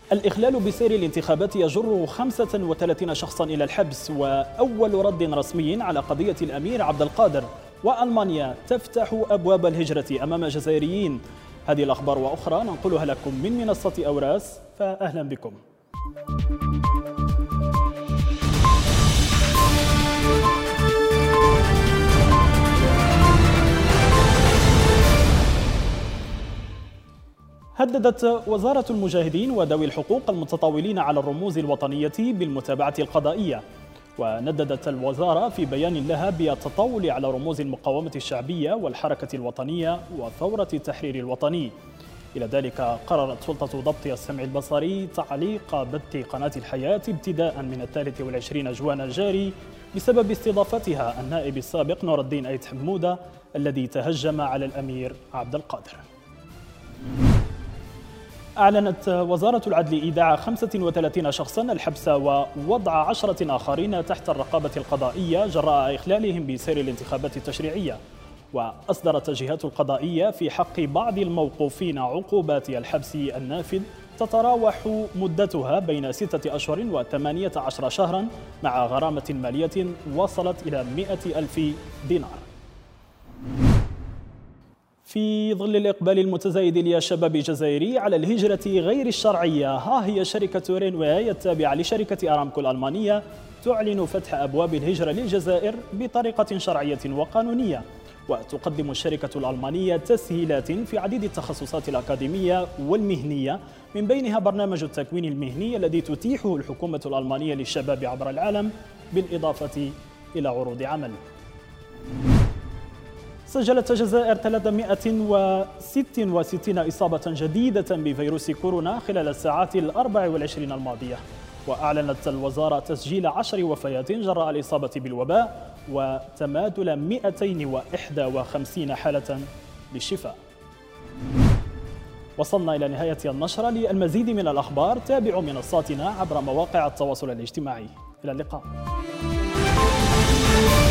الإخلال بسير الانتخابات يجر 35 شخصا إلى الحبس، وأول رد رسمي على قضية الأمير عبد القادر. وألمانيا تفتح أبواب الهجرة أمام جزائريين. هذه الأخبار وأخرى ننقلها لكم من منصة أوراس، فأهلا بكم. هددت وزارة المجاهدين وذوي الحقوق المتطاولين على الرموز الوطنية بالمتابعة القضائية. ونددت الوزارة في بيان لها بالتطاول على رموز المقاومة الشعبية والحركة الوطنية وثورة التحرير الوطني. إلى ذلك قررت سلطة ضبط السمع البصري تعليق بث قناة الحياة ابتداء من 23 جوان الجاري بسبب استضافتها النائب السابق نور الدين أيت حمودة الذي تهجم على الأمير عبد القادر. أعلنت وزارة العدل إيداع 35 شخصاً الحبس ووضع 10 آخرين تحت الرقابة القضائية جراء إخلالهم بسير الانتخابات التشريعية. وأصدرت الجهات القضائية في حق بعض الموقوفين عقوبات الحبس النافذ تتراوح مدتها بين 6 أشهر و18 شهراً مع غرامة مالية وصلت إلى 100,000 دينار. في ظل الإقبال المتزايد للشباب الجزائري على الهجرة غير الشرعية، ها هي شركة رينواي التابعة لشركة أرامكو الألمانية تعلن فتح أبواب الهجرة للجزائر بطريقة شرعية وقانونية. وتقدم الشركة الألمانية تسهيلات في عديد التخصصات الأكاديمية والمهنية، من بينها برنامج التكوين المهني الذي تتيحه الحكومة الألمانية للشباب عبر العالم، بالإضافة إلى عروض عمل. سجلت الجزائر 366 إصابة جديدة بفيروس كورونا خلال الساعات 24 الماضية. وأعلنت الوزارة تسجيل 10 وفيات جراء الإصابة بالوباء وتماثل 251 حالة للشفاء. وصلنا إلى نهاية النشرة. للمزيد من الأخبار تابعوا منصاتنا عبر مواقع التواصل الاجتماعي. إلى اللقاء.